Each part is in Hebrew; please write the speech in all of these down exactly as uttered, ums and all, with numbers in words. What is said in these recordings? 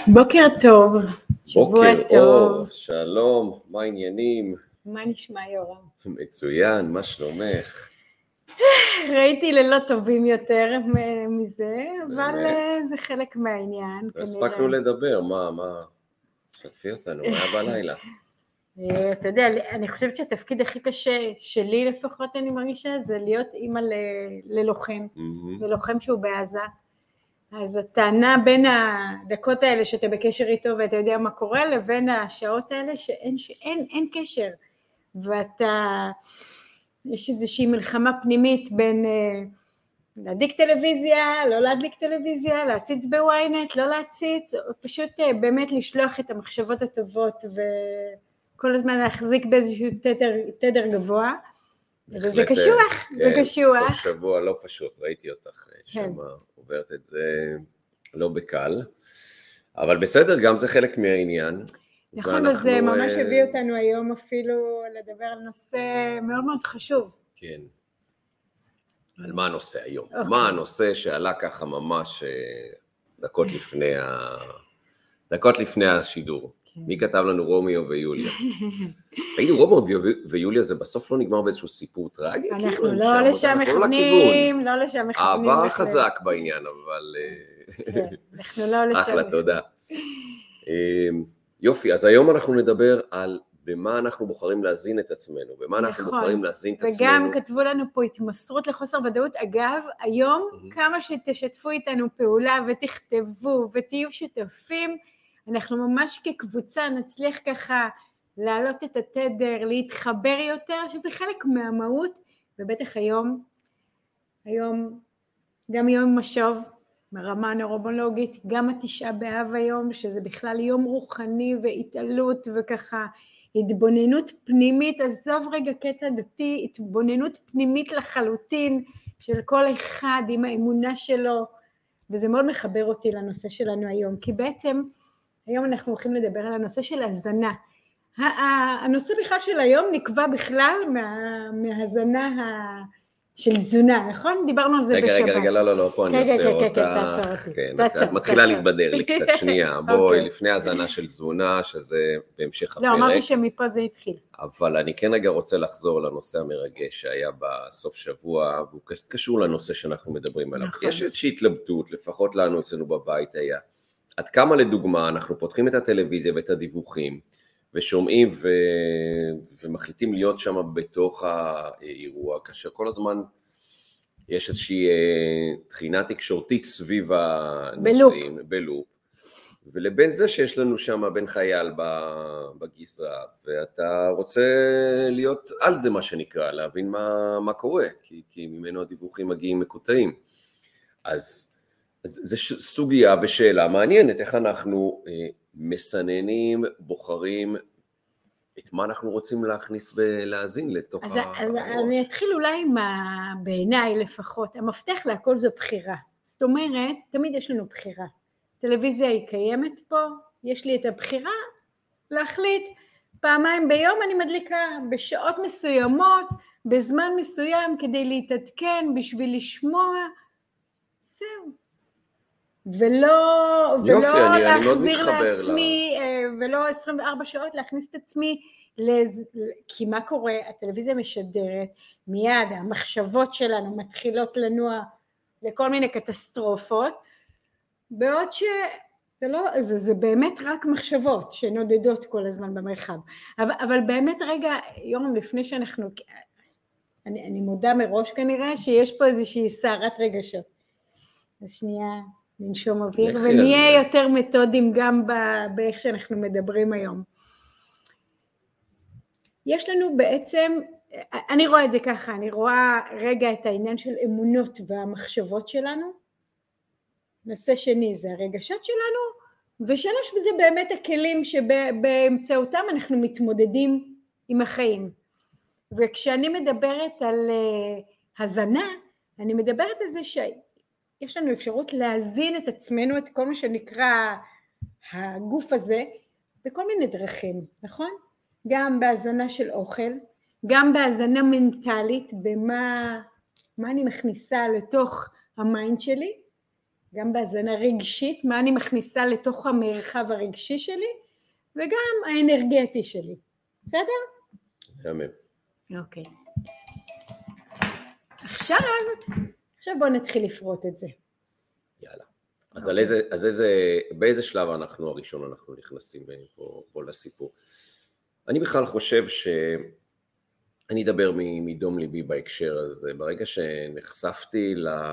בוקר טוב, שבוע בוקר טוב. אור, שלום, מה העניינים? מה נשמע יורם? מצוין, מה שלומך? ראיתי לילות טובים יותר מזה, אבל באמת? זה חלק מהעניין. לא הספקנו לדבר, מה, מה? שתפי אותנו, מה היה בלילה? אתה יודע, אני חושבת שהתפקיד הכי קשה שלי לפחות אני מרגישה, זה להיות אימא ללוחם, ללוחם שהוא בעזה. אז הטענה בין הדקות האלה שאתה בקשר איתו ואתה יודע מה קורה, לבין השעות האלה שאין אין, אין קשר. ואתה, יש איזושהי מלחמה פנימית בין להדליק טלוויזיה, לא להדליק טלוויזיה, להציץ בוויינט, לא להציץ, או פשוט באמת לשלוח את המחשבות הטובות וכל הזמן להחזיק באיזשהו תדר, תדר גבוה. וזה קשוח, זה קשוח. סוף שבוע לא פשוט, ראיתי אותך שם עוברת את זה לא בקל, אבל בסדר, גם זה חלק מהעניין. נכון, אז זה ממש הביא אותנו היום אפילו לדבר על נושא מאוד מאוד חשוב. כן. על מה הנושא היום? מה הנושא שעלה ככה ממש דקות לפני ה... דקות לפני השידור. מי כתב לנו? רומיו ויוליה. היינו רומיו ויוליה, זה בסוף לא נגמר באיזשהו סיפור טרגי? אנחנו לא לשם מכוונים, לא לשם מכוונים. אהבה חזק בעניין, אבל... אנחנו לא לשם. אחלה, תודה. יופי, אז היום אנחנו נדבר על במה אנחנו בוחרים להזין את עצמנו, במה אנחנו בוחרים להזין את עצמנו. וגם כתבו לנו פה התמסרות לחוסר ודאות. אגב, היום כמה שתשתפו איתנו פעולה ותכתבו ותהיו שותפים, אנחנו ממש כקבוצה נצליח ככה להעלות את התדר, להתחבר יותר, שזה חלק מהמהות, ובטח היום, היום גם יום משוב, ברמה הנוירולוגית, גם התשעה באב היום, שזה בכלל יום רוחני והתעלות וככה התבוננות פנימית, עזוב רגע קטע דתי, התבוננות פנימית לחלוטין של כל אחד עם האמונה שלו, וזה מאוד מחבר אותי לנושא שלנו היום, כי בעצם היום אנחנו הולכים לדבר על הנושא של הזנה. הנושא בכלל של היום נקבע בכלל מה, מהזנה ה... של תזונה, נכון? דיברנו על זה בשבת. רגע, רגע, רגע, לא, לא, לא, פה אני עוצר אותך. תעצור אותי. את מתחילה להתבדר לי קצת, שנייה. בואי, לפני הזנה של תזונה, שזה בהמשך הפרק. לא, אמרתי שמפה זה התחיל. אבל אני כן רגע רוצה לחזור לנושא המרגש שהיה בסוף שבוע, והוא קשור לנושא שאנחנו מדברים עליו. יש איזושהי התלבטות, לפחות לנו אצלנו בבית היה. עד כמה לדוגמה, אנחנו פותחים את הטלוויזיה ואת הדיווחים, ושומעים ו... ומחליטים להיות שם בתוך האירוע, כאשר כל הזמן יש איזושהי תחינה תקשורתית סביב הנושאים, בלופ. בלופ, ולבין זה שיש לנו שם בן חייל בגזרה, ואתה רוצה להיות על זה מה שנקרא, להבין מה, מה קורה, כי, כי ממנו הדיווחים מגיעים מקוטעים. אז, אז זה סוגיה ושאלה מעניינת, איך אנחנו מסננים, בוחרים את מה אנחנו רוצים להכניס ולהזין לתוך אז, הראש. אז אני אתחיל אולי עם בעיניי לפחות, המפתח להכל זו בחירה. זאת אומרת, תמיד יש לנו בחירה. טלוויזיה היא קיימת פה, יש לי את הבחירה להחליט פעמיים ביום אני מדליקה בשעות מסוימות, בזמן מסוים כדי להתעדכן, בשביל לשמוע, זהו. ולא, יופי, ולא אני, להחזיר אני לעצמי, לה... ולא עשרים וארבע שעות להכניס את עצמי, לז... כי מה קורה? הטלוויזיה משדרת, מיד המחשבות שלנו מתחילות לנוע לכל מיני קטסטרופות, בעוד ש... זה, לא, זה, זה באמת רק מחשבות שנודדות כל הזמן במרחב. אבל, אבל באמת רגע, יום לפני שאנחנו, אני, אני מודה מראש כנראה שיש פה איזושהי סערת רגשות. אז שנייה, ננשום אוויר, ונהיה יותר מתודים גם באיך שאנחנו מדברים היום. יש לנו בעצם, אני רואה את זה ככה, אני רואה רגע את העניין של אמונות והמחשבות שלנו, נושא שני זה הרגשות שלנו, ושלוש זה באמת הכלים שבאמצעותם אנחנו מתמודדים עם החיים. וכשאני מדברת על הזנה, אני מדברת על זה שיש לנו אפשרות להזין את עצמנו, את כל מה שנקרא הגוף הזה, בכל מיני דרכים, נכון? גם בהזנה של אוכל, גם בהזנה מנטלית, במה מה אני מכניסה לתוך המיינד שלי, גם בהזנה רגשית, מה אני מכניסה לתוך המרחב הרגשי שלי, וגם האנרגטי שלי. בסדר? אמן. אוקיי. עכשיו, עכשיו בואו נתחיל לפרוט את זה. יאללה. אז על איזה, אז איזה, באיזה שלב אנחנו הראשון אנחנו נכנסים פה, פה לסיפור? אני בכלל חושב ש... אני אדבר מדום ליבי בהקשר הזה. ברגע שנחשפתי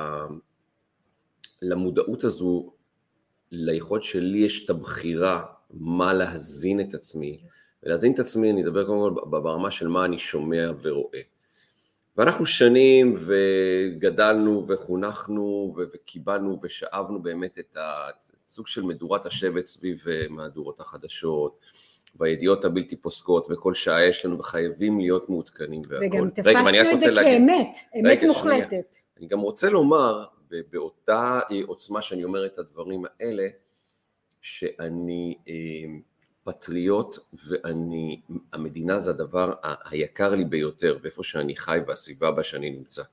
למודעות הזו, ליכולת שלי יש את הבחירה מה להזין את עצמי, ולהזין את עצמי אני אדבר קודם כל ברמה של מה אני שומע ורואה. ואנחנו שנים וגדלנו וחונכנו וקיבלנו ושאבנו באמת את הסוג של מדורת השבט סביב מהדורות החדשות, והידיעות הבלתי פוסקות, וכל שעה יש לנו וחייבים להיות מעודכנים והכל. וגם תפסנו את זה כאמת, אמת מוחלטת. אני גם רוצה לומר, באותה עוצמה שאני אומר את הדברים האלה, שאני פטריוט, ואני, המדינה זה הדבר היקר לי ביותר, ואיפה שאני חי והסביבה בה שאני נמצא.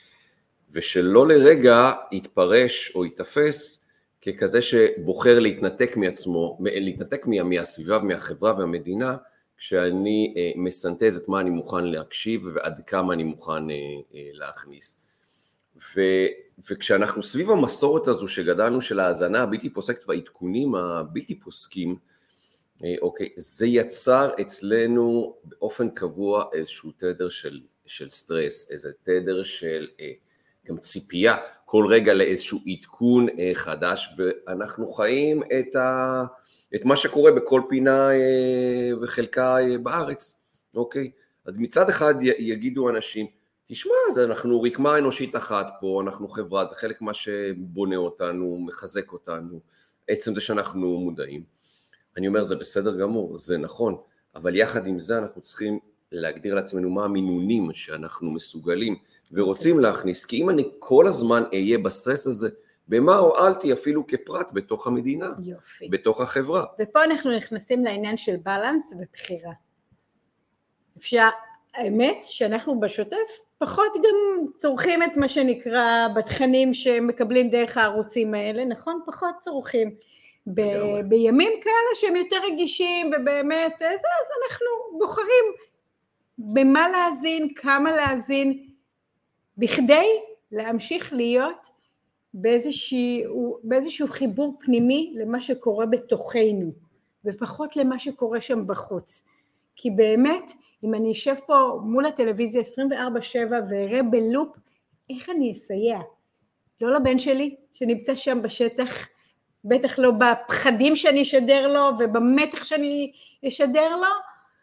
ושלא לרגע יתפרש או יתפס, ככזה שבוחר להתנתק מעצמו, להתנתק מהסביבה ומהחברה והמדינה, כשאני מסנטז את מה אני מוכן להקשיב ועד כמה אני מוכן להכניס. ו, וכשאנחנו סביב המסורת הזו שגדלנו של ההאזנה הבלתי פוסקת והעדכונים הבלתי פוסקים, אוקיי, זה יצר אצלנו באופן קבוע איזשהו תדר של, של סטרס, איזה תדר של גם ציפייה, כל רגע לאיזשהו עדכון חדש, ואנחנו חיים את, ה, את מה שקורה בכל פינה וחלקה בארץ, אוקיי? אז מצד אחד יגידו אנשים, תשמע, אז אנחנו רקמה אנושית אחת פה, אנחנו חברה, זה חלק מה שבונה אותנו, מחזק אותנו, עצם זה שאנחנו מודעים. אני אומר, זה בסדר גמור, זה נכון, אבל יחד עם זה אנחנו צריכים להגדיר לעצמנו מה המינונים שאנחנו מסוגלים ורוצים להכניס, כי אם אני כל הזמן אהיה בסטרס הזה, במה הועלתי אפילו כפרט בתוך המדינה, יופי. בתוך החברה. ופה אנחנו נכנסים לעניין של בלנס ובחירה. אפשר, האמת שאנחנו בשוטף פחות גם צורכים את מה שנקרא בתכנים שמקבלים דרך הערוצים האלה, נכון? פחות צורכים. ב- בימים כאלה שהם יותר רגישים ובאמת זה, אז אנחנו בוחרים במה להזין, כמה להזין, בכדי להמשיך להיות באיזשהו, באיזשהו חיבור פנימי למה שקורה בתוכנו, ופחות למה שקורה שם בחוץ. כי באמת, אם אני אשב פה מול הטלוויזיה עשרים וארבע שבע ואראה בלופ, איך אני אסייע? לא לבן שלי שנמצא שם בשטח, בטח לא בפחדים שאני אשדר לו ובמתח שאני אשדר לו,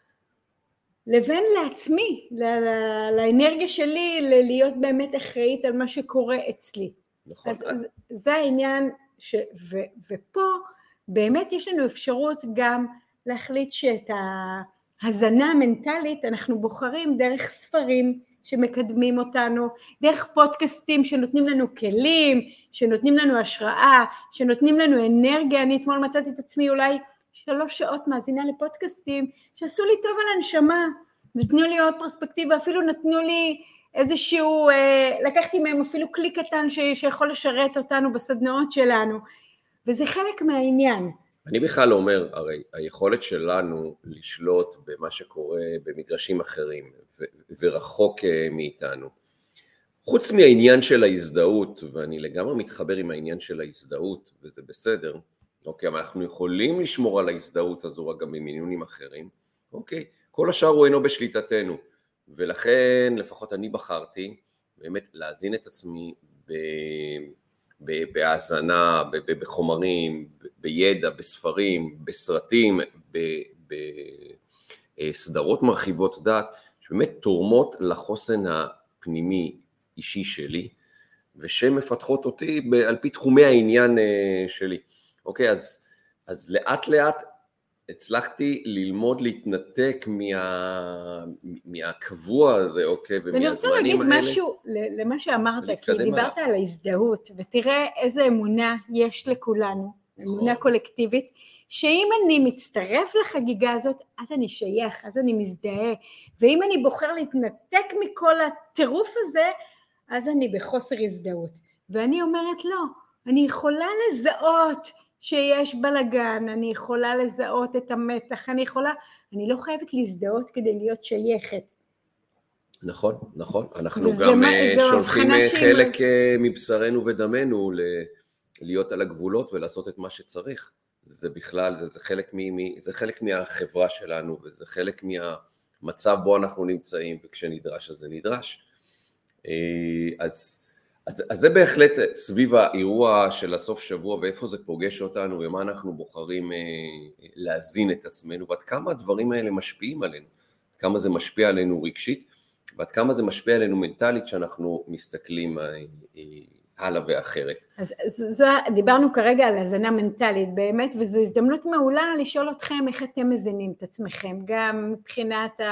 לבין לעצמי, לאנרגיה שלי, להיות באמת אחראית על מה שקורה אצלי. נכון. אז, אז זה העניין, ש, ו, ופה באמת יש לנו אפשרות גם להחליט שאת ההזנה המנטלית אנחנו בוחרים דרך ספרים שמקדמים אותנו, דרך פודקאסטים שנותנים לנו כלים, שנותנים לנו השראה, שנותנים לנו אנרגיה. אני אתמול מצאתי את עצמי אולי שלוש שעות מאזינה לפודקאסטים שעשו לי טוב על הנשמה, נתנו לי עוד פרספקטיבה, אפילו נתנו לי איזשהו, אה, לקחתי מהם אפילו כלי קטן ש, שיכול לשרת אותנו בסדנאות שלנו, וזה חלק מהעניין. אני בכלל אומר, הרי היכולת שלנו לשלוט במה שקורה במגרשים אחרים ו- ורחוק מאיתנו, חוץ מהעניין של ההזדהות, ואני לגמרי מתחבר עם העניין של ההזדהות, וזה בסדר, אוקיי, אבל אנחנו יכולים לשמור על ההזדהות הזו גם במינונים אחרים, אוקיי, כל השאר הוא אינו בשליטתנו, ולכן לפחות אני בחרתי באמת להזין את עצמי ב... בהאזנה, בחומרים, בידע, בספרים, בסרטים, בסדרות מרחיבות דעת, שבאמת תורמות לחוסן הפנימי אישי שלי, ושמפתחות אותי על פי תחומי העניין שלי. אוקיי, אז, אז לאט לאט הצלחתי ללמוד להתנתק מה, מהקבוע הזה, אוקיי, ומהזמנים האלה. ואני רוצה להגיד משהו למה שאמרת, כי דיברת על ההזדהות, ותראה איזה אמונה יש לכולנו, אמונה קולקטיבית, שאם אני מצטרף לחגיגה הזאת, אז אני שייך, אז אני מזדהה, ואם אני בוחר להתנתק מכל הטירוף הזה, אז אני בחוסר הזדהות. ואני אומרת לא, אני יכולה לזהות שיש בלגן, אני יכולה לזהות את המתח, אני יכולה, אני לא חייבת להזדהות כדי להיות שייכת. נכון, נכון. אנחנו גם שולחים חלק מבשרנו ודמנו להיות על הגבולות ולעשות את מה שצריך. זה בכלל, זה, זה חלק מ, זה חלק מהחברה שלנו, וזה חלק מהמצב בו אנחנו נמצאים, וכשנדרש אז זה נדרש. אז, אז, אז זה בהחלט סביב האירוע של הסוף שבוע, ואיפה זה פוגש אותנו, ומה אנחנו בוחרים להזין את עצמנו, ועד כמה הדברים האלה משפיעים עלינו, כמה זה משפיע עלינו רגשית, ועד כמה זה משפיע עלינו מנטלית, שאנחנו מסתכלים הלאה ואחרת. אז זו, דיברנו כרגע על הזנה מנטלית באמת, וזו הזדמנות מעולה לשאול אתכם איך אתם מזינים את עצמכם, גם מבחינת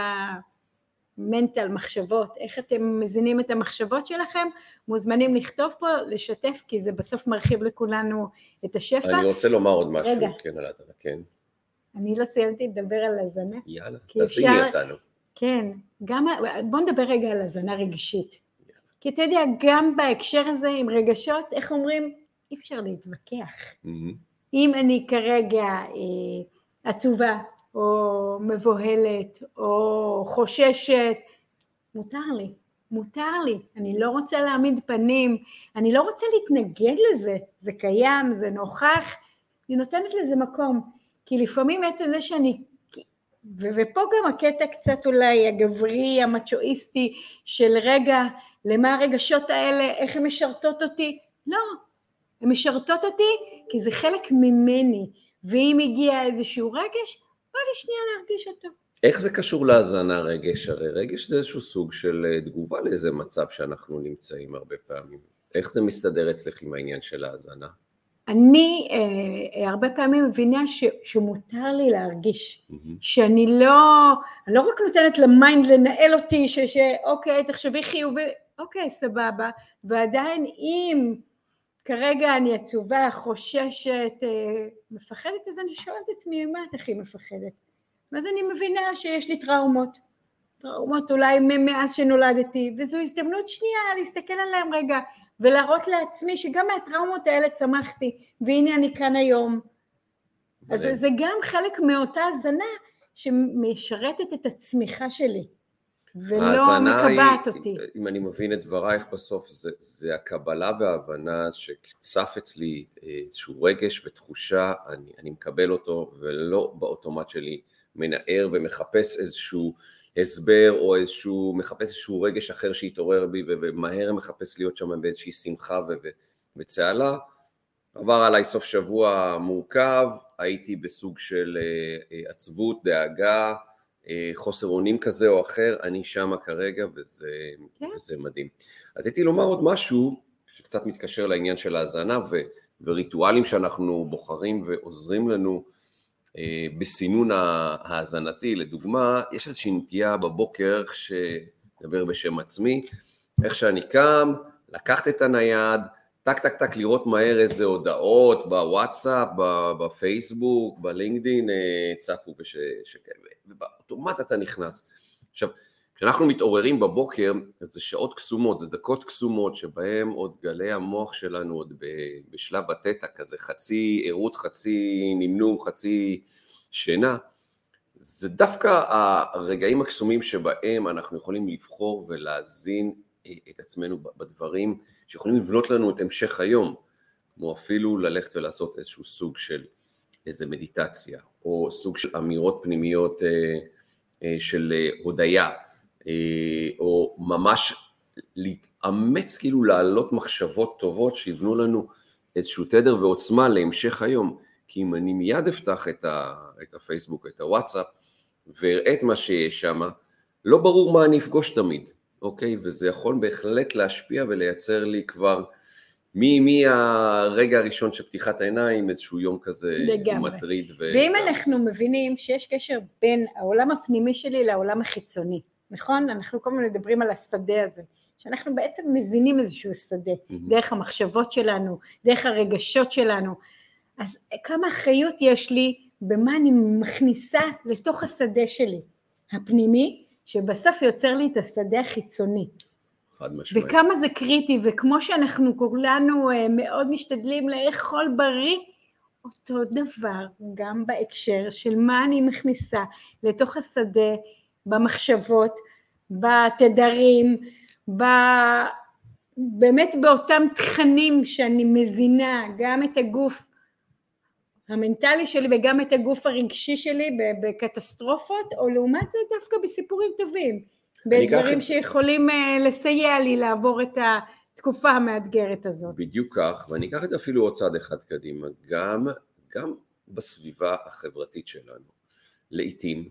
המנטל, מחשבות, איך אתם מזינים את המחשבות שלכם, מוזמנים לכתוב פה, לשתף, כי זה בסוף מרחיב לכולנו את השפע. אני רוצה לומר עוד משהו, רגע. כן, על הזנה, כן. אני לא סיימתי לדבר על הזנה. יאללה, תשימי אותנו. כן, גם, בוא נדבר רגע על הזנה רגשית. כי אתה יודע, גם בהקשר הזה עם רגשות, איך אומרים, אי אפשר להתווכח. Mm-hmm. אם אני כרגע אה, עצובה, או מבוהלת, או חוששת, מותר לי, מותר לי. אני לא רוצה להעמיד פנים, אני לא רוצה להתנגד לזה, זה קיים, זה נוכח, אני נותנת לזה מקום. כי לפעמים בעצם זה שאני, ו- ופה גם הקטע קצת אולי הגברי, המצ'ואיסטי, של רגע, למה הרגשות האלה, איך הן משרתות אותי? לא, הן משרתות אותי כי זה חלק ממני, ואם הגיע איזשהו רגש, בוא לי שנייה להרגיש אותו. איך זה קשור להזנה רגש? הרי רגש זה איזשהו סוג של תגובה לאיזה מצב שאנחנו נמצאים הרבה פעמים. איך זה מסתדר אצלך עם העניין של ההזנה? אני אה, הרבה פעמים מבינה ש, שמותר לי להרגיש, mm-hmm. שאני לא, אני לא רק נותנת למיינד לנהל אותי, ש, שאוקיי, תחשבי חיובי, אוקיי, סבבה, ועדיין אם כרגע אני עצובה, חוששת, אה, מפחדת, אז אני שואלת את עצמי, מה את הכי מפחדת? ואז אני מבינה שיש לי טראומות, טראומות אולי מאז שנולדתי, וזו הזדמנות שנייה להסתכל עליהם רגע, ולהראות לעצמי שגם מהטראומות האלה צמחתי, והנה אני כאן היום. אז זה, זה גם חלק מאותה הזנה שמשרתת את הצמיחה שלי, ולא מקבעת היא, אותי. אם אני מבין את דברייך בסוף, זה, זה הקבלה וההבנה שצף אצלי איזשהו רגש ותחושה, אני, אני מקבל אותו, ולא באוטומט שלי מנער ומחפש איזשהו הסבר, או איזשהו, מחפש איזשהו רגש אחר שהתעורר בי, ומהר מחפש להיות שם באיזושהי שמחה וצהלה. עבר עליי סוף שבוע מורכב, הייתי בסוג של עצבות, דאגה, חוסר אונים כזה או אחר, אני שם כרגע, וזה, כן. וזה מדהים. אז הייתי לומר עוד משהו, שקצת מתקשר לעניין של ההזנה, ו, וריטואלים שאנחנו בוחרים ועוזרים לנו, בסינון ההזנתי. לדוגמה, יש איזושהי נטייה בבוקר, שדבר בשם עצמי, איך שאני קם, לקחת את הנייד, טק טק טק לראות מהר איזה הודעות בוואטסאפ, בפייסבוק, בלינקדין, צפו ושכאלה, ובאוטומט אתה נכנס. עכשיו, כשאנחנו מתעוררים בבוקר, זה שעות קסומות, זה דקות קסומות, שבהם עוד גלי המוח שלנו עוד בשלב התטא, כזה חצי עירות, חצי נמנום, חצי שינה. זה דווקא הרגעים הקסומים שבהם אנחנו יכולים לבחור ולהזין את עצמנו בדברים שיכולים לבנות לנו את המשך היום, כמו אפילו ללכת ולעשות איזשהו סוג של איזה מדיטציה, או סוג של אמירות פנימיות של הודיה, או ממש להתאמץ כאילו להעלות מחשבות טובות שיבנו לנו איזשהו תדר ועוצמה להמשך היום. כי אם אני מיד אפתח את, ה, את הפייסבוק, את הוואטסאפ, ואראה את מה שיש שם, לא ברור מה אני אפגוש תמיד, אוקיי? וזה יכול בהחלט להשפיע ולייצר לי כבר מי, מי הרגע הראשון של פתיחת העיניים, איזשהו יום כזה לגמרי. מטריד. ו... ואם אנחנו מבינים שיש קשר בין העולם הפנימי שלי לעולם החיצוני, נכון? אנחנו כל הזמן מדברים על השדה הזה, שאנחנו בעצם מזינים איזשהו שדה, mm-hmm. דרך המחשבות שלנו, דרך הרגשות שלנו, אז כמה אחריות יש לי במה אני מכניסה לתוך השדה שלי, הפנימי, שבסוף יוצר לי את השדה החיצוני. חד משמעית. וכמה זה קריטי, וכמו שאנחנו כולנו מאוד משתדלים לאכול בריא, אותו דבר גם בהקשר של מה אני מכניסה לתוך השדה, במחשבות, בתדרים, ב... באמת באותם תכנים שאני מזינה, גם את הגוף המנטלי שלי וגם את הגוף הרגשי שלי בקטסטרופות, או לעומת זה דווקא בסיפורים טובים, בדברים שיכולים לסייע לי לעבור את התקופה המאתגרת הזאת. בדיוק כך, ואני אקח את זה אפילו עוד צעד אחד קדימה, גם, גם בסביבה החברתית שלנו. לעתים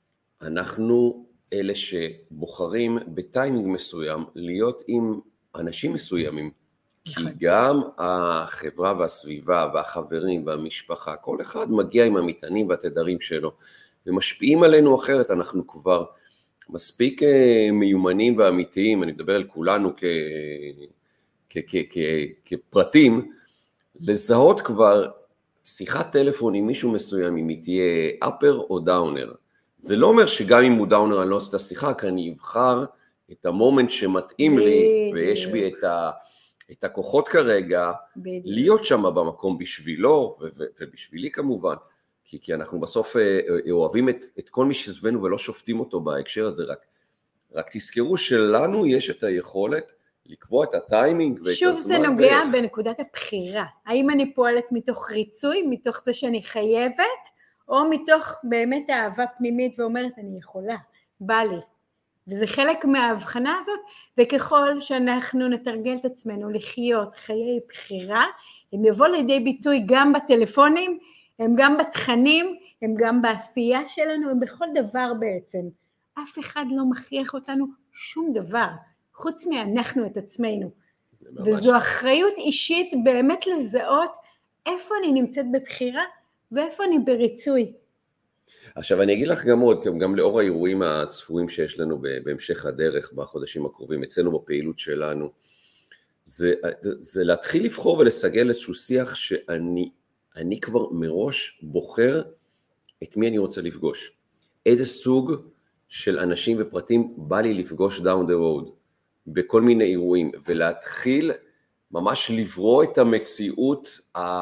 אנחנו אלה שבוחרים בטיימינג מסוים להיות עם אנשים מסוימים, כי גם החברה והסביבה והחברים והמשפחה, כל אחד מגיע עם המטענים והתדרים שלו, ומשפיעים עלינו אחרת. אנחנו כבר מספיק מיומנים ואמיתיים, אני מדבר על כולנו כ... כ... כ... כ... כפרטים, לזהות כבר שיחת טלפון עם מישהו מסוים, אם היא תהיה אפר או דאונר. זה לא אומר שגם אם הוא דאונר אני לא עושה את השיחה, כי אני אבחר את המומנט שמתאים לי, ויש בי את, ה, את הכוחות כרגע, להיות שם במקום בשבילו, ו, ו, ובשבילי כמובן, כי, כי אנחנו בסוף אוהבים את, את כל מי שסביבנו ולא שופטים אותו בהקשר הזה, רק, רק תזכרו שלנו יש את היכולת לקבוע את הטיימינג ואת שוב הזמן. זה נוגע ואיך. בנקודת הבחירה, האם אני פועלת מתוך ריצוי, מתוך זה שאני חייבת, או מתוך באמת אהבה פנימית ואומרת אני יכולה, בא לי. וזה חלק מההבחנה הזאת, וככל שאנחנו נתרגל את עצמנו לחיות חיי בחירה, הם יבוא לידי ביטוי גם בטלפונים, הם גם בתכנים, הם גם בעשייה שלנו, הם בכל דבר בעצם. אף אחד לא מכריח אותנו שום דבר, חוץ מאנחנו את עצמנו. וזו אחריות אישית באמת לזהות איפה אני נמצאת בבחירה, ואיפה אני בריצוי. עכשיו אני אגיד לך גם עוד, גם לאור האירועים הצפויים שיש לנו בהמשך הדרך בחודשים הקרובים, אצלנו בפעילות שלנו, זה, זה להתחיל לבחור ולסגל איזשהו שיח שאני אני כבר מראש בוחר את מי אני רוצה לפגוש. איזה סוג של אנשים ופרטים בא לי לפגוש down the road, בכל מיני אירועים, ולהתחיל ממש לברוא את המציאות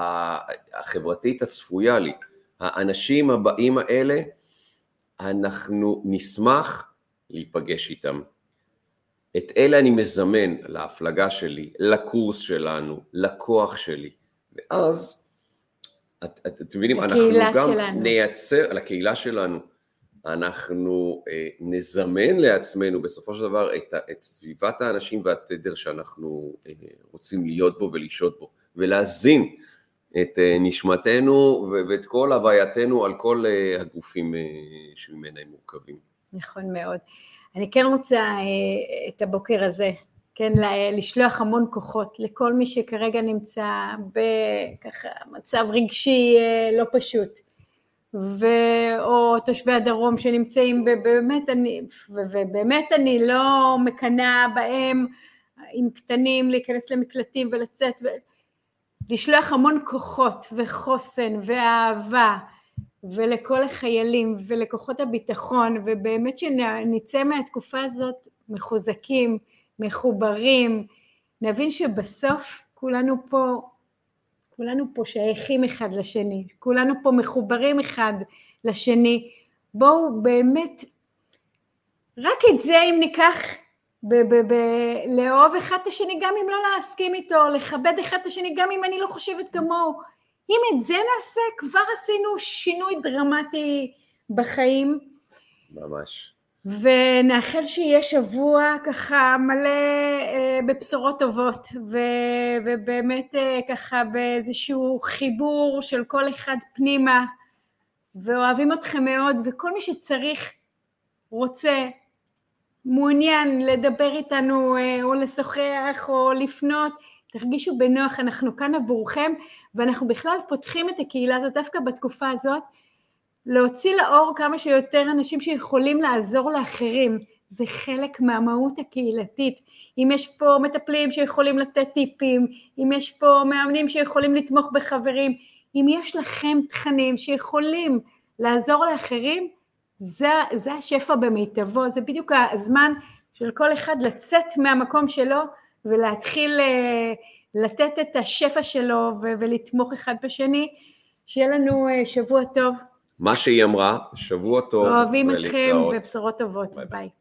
החברתית הצפויה לי. האנשים הבאים האלה, אנחנו נשמח להיפגש איתם. את אלה אני מזמן להפלגה שלי, לקורס שלנו, לכוח שלי. ואז, את, את, את מבינים, אנחנו גם שלנו. נייצר, לקהילה שלנו, אנחנו אה, נזמן לעצמנו בסופו של דבר את, את סביבת האנשים והתדר שאנחנו אה, רוצים להיות בו ולשהות בו, ולהזין את נשמתנו ואת כל הווייתנו על כל הגופים שממנה הם מורכבים. נכון מאוד. אני כן רוצה את הבוקר הזה, כן, לשלוח המון כוחות לכל מי שכרגע נמצא בככה מצב רגשי לא פשוט, ו... או תושבי הדרום שנמצאים באמת, אני, ובאמת אני לא מקנה בהם עם קטנים להיכנס למקלטים ולצאת ו... לשלוח המון כוחות וחוסן ואהבה ולכל החיילים ולכוחות הביטחון, ובאמת שנצא מהתקופה הזאת מחוזקים, מחוברים, נבין שבסוף כולנו פה, כולנו פה שייכים אחד לשני, כולנו פה מחוברים אחד לשני. בואו באמת, רק את זה אם ניקח, ב- ב- ב- לאהוב אחד את השני, גם אם לא להסכים איתו, לכבד אחד את השני, גם אם אני לא חושבת כמוהו. אם את זה נעשה, כבר עשינו שינוי דרמטי בחיים. ממש. ונאחל שיהיה שבוע ככה מלא אה, בבשורות טובות, ו- ובאמת אה, ככה באיזשהו חיבור של כל אחד פנימה, ואוהבים אתכם מאוד, וכל מי שצריך, רוצה, מעוניין לדבר איתנו או לשוחח או לפנות, תרגישו בנוח, אנחנו כאן עבורכם, ואנחנו בכלל פותחים את הקהילה הזאת דווקא בתקופה הזאת, להוציא לאור כמה שיותר אנשים שיכולים לעזור לאחרים, זה חלק מהמהות הקהילתית. אם יש פה מטפלים שיכולים לתת טיפים, אם יש פה מאמנים שיכולים לתמוך בחברים, אם יש לכם תכנים שיכולים לעזור לאחרים, זה, זה השפע במיטבו, זה בדיוק הזמן של כל אחד לצאת מהמקום שלו, ולהתחיל לתת את השפע שלו, ולתמוך אחד בשני, שיהיה לנו שבוע טוב. מה שהיא אמרה, שבוע טוב. אוהבים אתכם ובשורות טובות, ביי.